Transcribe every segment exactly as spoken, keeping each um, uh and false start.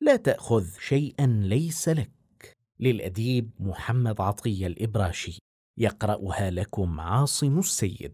لا تأخذ شيئا ليس لك. للأديب محمد عطية الإبراشي، يقرأها لكم عاصم السيد.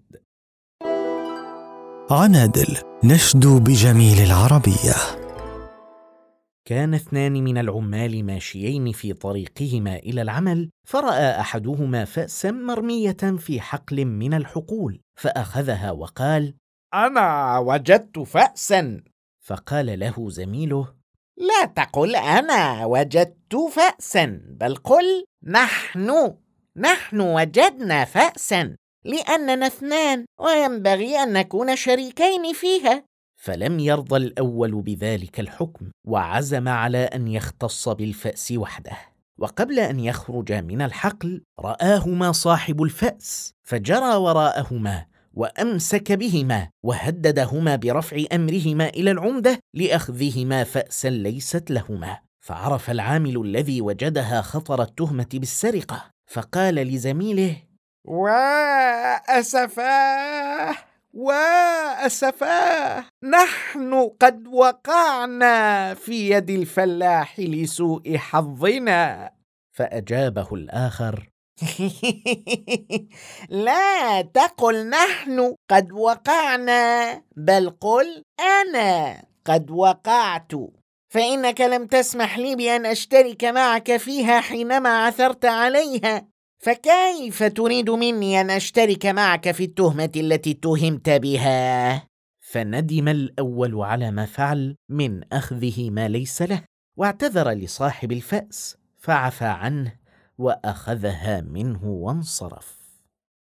عنادل نشدو بجميل العربية. كان اثنان من العمال ماشيين في طريقهما إلى العمل، فرأى أحدهما فأسا مرمية في حقل من الحقول، فأخذها وقال: أنا وجدت فأسا. فقال له زميله: لا تقل أنا وجدت فأسا، بل قل نحن نحن وجدنا فأسا، لأننا اثنان وينبغي أن نكون شريكين فيها. فلم يرضى الأول بذلك الحكم، وعزم على أن يختص بالفأس وحده. وقبل أن يخرج من الحقل رآهما صاحب الفأس، فجرى وراءهما وأمسك بهما وهددهما برفع أمرهما إلى العمدة لأخذهما فأسا ليست لهما. فعرف العامل الذي وجدها خطر التهمة بالسرقة، فقال لزميله: وأسفاه وأسفاه، نحن قد وقعنا في يد الفلاح لسوء حظنا. فأجابه الآخر: لا تقل نحن قد وقعنا، بل قل أنا قد وقعت، فإنك لم تسمح لي بأن أشترك معك فيها حينما عثرت عليها، فكيف تريد مني أن أشترك معك في التهمة التي اتهمت بها؟ فندم الأول على ما فعل من أخذه ما ليس له، واعتذر لصاحب الفأس، فعفى عنه وأخذها منه وانصرف.